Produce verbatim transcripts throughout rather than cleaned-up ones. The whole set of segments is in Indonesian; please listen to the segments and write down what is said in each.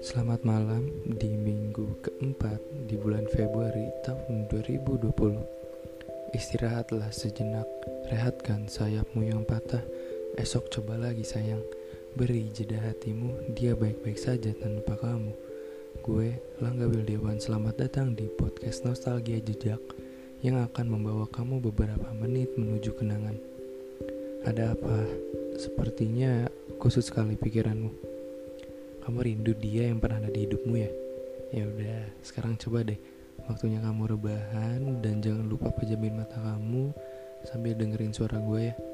Selamat malam di minggu keempat di bulan Februari tahun dua ribu dua puluh. Istirahatlah sejenak, rehatkan sayapmu yang patah. Esok coba lagi sayang, beri jeda hatimu, dia baik-baik saja tanpa kamu. Gue, Langga Wildewan, selamat datang di podcast Nostalgia Jejak yang akan membawa kamu beberapa menit menuju kenangan. Ada apa? Sepertinya kusut sekali pikiranmu. Kamu rindu dia yang pernah ada di hidupmu ya? Ya udah, sekarang coba deh. Waktunya kamu rebahan dan jangan lupa pejamin mata kamu sambil dengerin suara gue ya.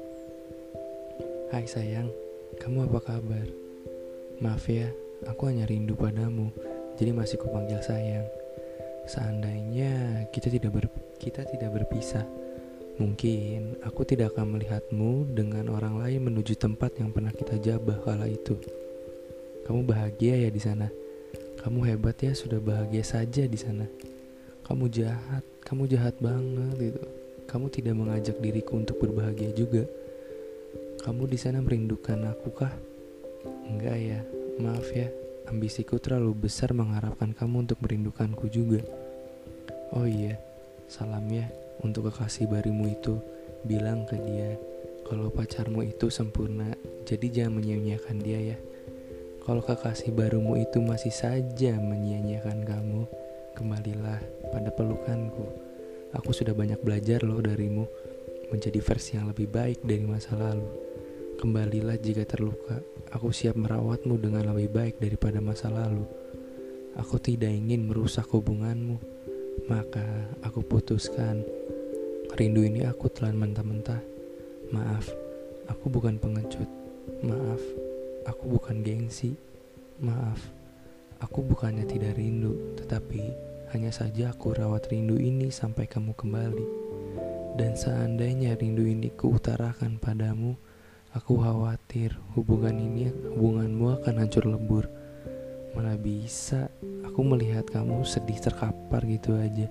Hai sayang, kamu apa kabar? Maaf ya, aku hanya rindu padamu, jadi masih kupanggil sayang. Seandainya kita tidak ber, kita tidak berpisah, mungkin aku tidak akan melihatmu dengan orang lain menuju tempat yang pernah kita jabah kala itu. Kamu bahagia ya di sana. Kamu hebat ya, sudah bahagia saja di sana. Kamu jahat, kamu jahat banget itu. Kamu tidak mengajak diriku untuk berbahagia juga. Kamu di sana merindukan aku kah? Enggak ya, maaf ya. Ambisiku terlalu besar mengharapkan kamu untuk merindukanku juga. Oh iya, salam ya untuk kekasih barumu itu. Bilang ke dia kalau pacarmu itu sempurna, jadi jangan menyia-nyiakan dia ya. Kalau kekasih barumu itu masih saja menyia-nyiakan kamu, kembalilah pada pelukanku. Aku sudah banyak belajar loh darimu, menjadi versi yang lebih baik dari masa lalu. Kembalilah jika terluka, aku siap merawatmu dengan lebih baik daripada masa lalu. Aku tidak ingin merusak hubunganmu, maka aku putuskan. Rindu ini aku telan mentah-mentah. Maaf, aku bukan pengecut. Maaf, aku bukan gengsi. Maaf, aku bukannya tidak rindu, tetapi hanya saja aku rawat rindu ini sampai kamu kembali. Dan seandainya rindu ini kuutarakan padamu, aku khawatir hubungan ini, hubunganmu akan hancur lebur. Mana bisa aku melihat kamu sedih terkapar gitu aja.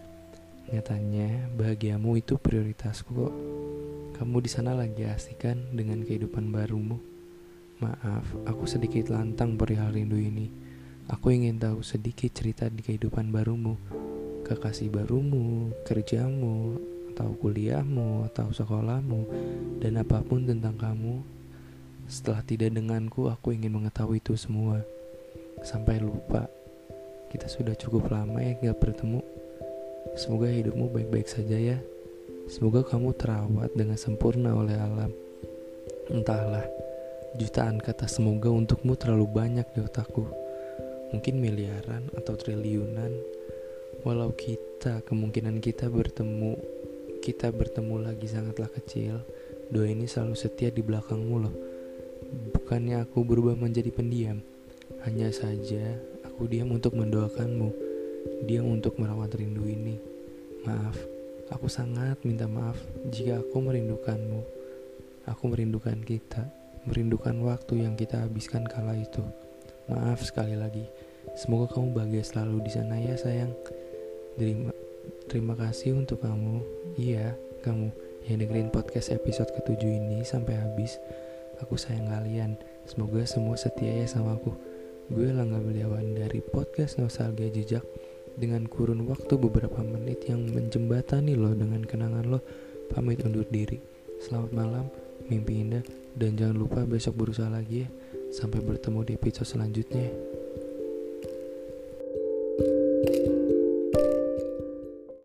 Nyatanya bahagiamu itu prioritasku kok. Kamu di sana lagi asik kan dengan kehidupan barumu. Maaf, aku sedikit lantang perihal rindu ini. Aku ingin tahu sedikit cerita di kehidupan barumu, kekasih barumu, kerjamu, atau kuliahmu, atau sekolahmu, dan apapun tentang kamu. Setelah tidak denganku, aku ingin mengetahui itu semua. Sampai lupa, kita sudah cukup lama ya gak bertemu. Semoga hidupmu baik-baik saja ya. Semoga kamu terawat dengan sempurna oleh alam. Entahlah, jutaan kata semoga untukmu terlalu banyak di otakku. Mungkin miliaran atau triliunan. Walau kita, kemungkinan kita bertemu Kita bertemu lagi sangatlah kecil. Doa ini selalu setia di belakangmu loh. Bukannya aku berubah menjadi pendiam, hanya saja aku diam untuk mendoakanmu, diam untuk merawat rindu ini. Maaf, aku sangat minta maaf jika aku merindukanmu. Aku merindukan kita, merindukan waktu yang kita habiskan kala itu. Maaf sekali lagi. Semoga kamu bahagia selalu di sana ya sayang. Terima, terima kasih untuk kamu. Iya, kamu yang dengerin podcast episode ketujuh ini sampai habis. Aku sayang kalian. Semoga semua setia ya sama aku. Gue Langga Wildewan dari podcast Nostalgia Jejak, dengan kurun waktu beberapa menit yang menjembatani lo dengan kenangan lo. Pamit undur diri. Selamat malam, mimpi indah, dan jangan lupa besok berusaha lagi ya. Sampai bertemu di episode selanjutnya.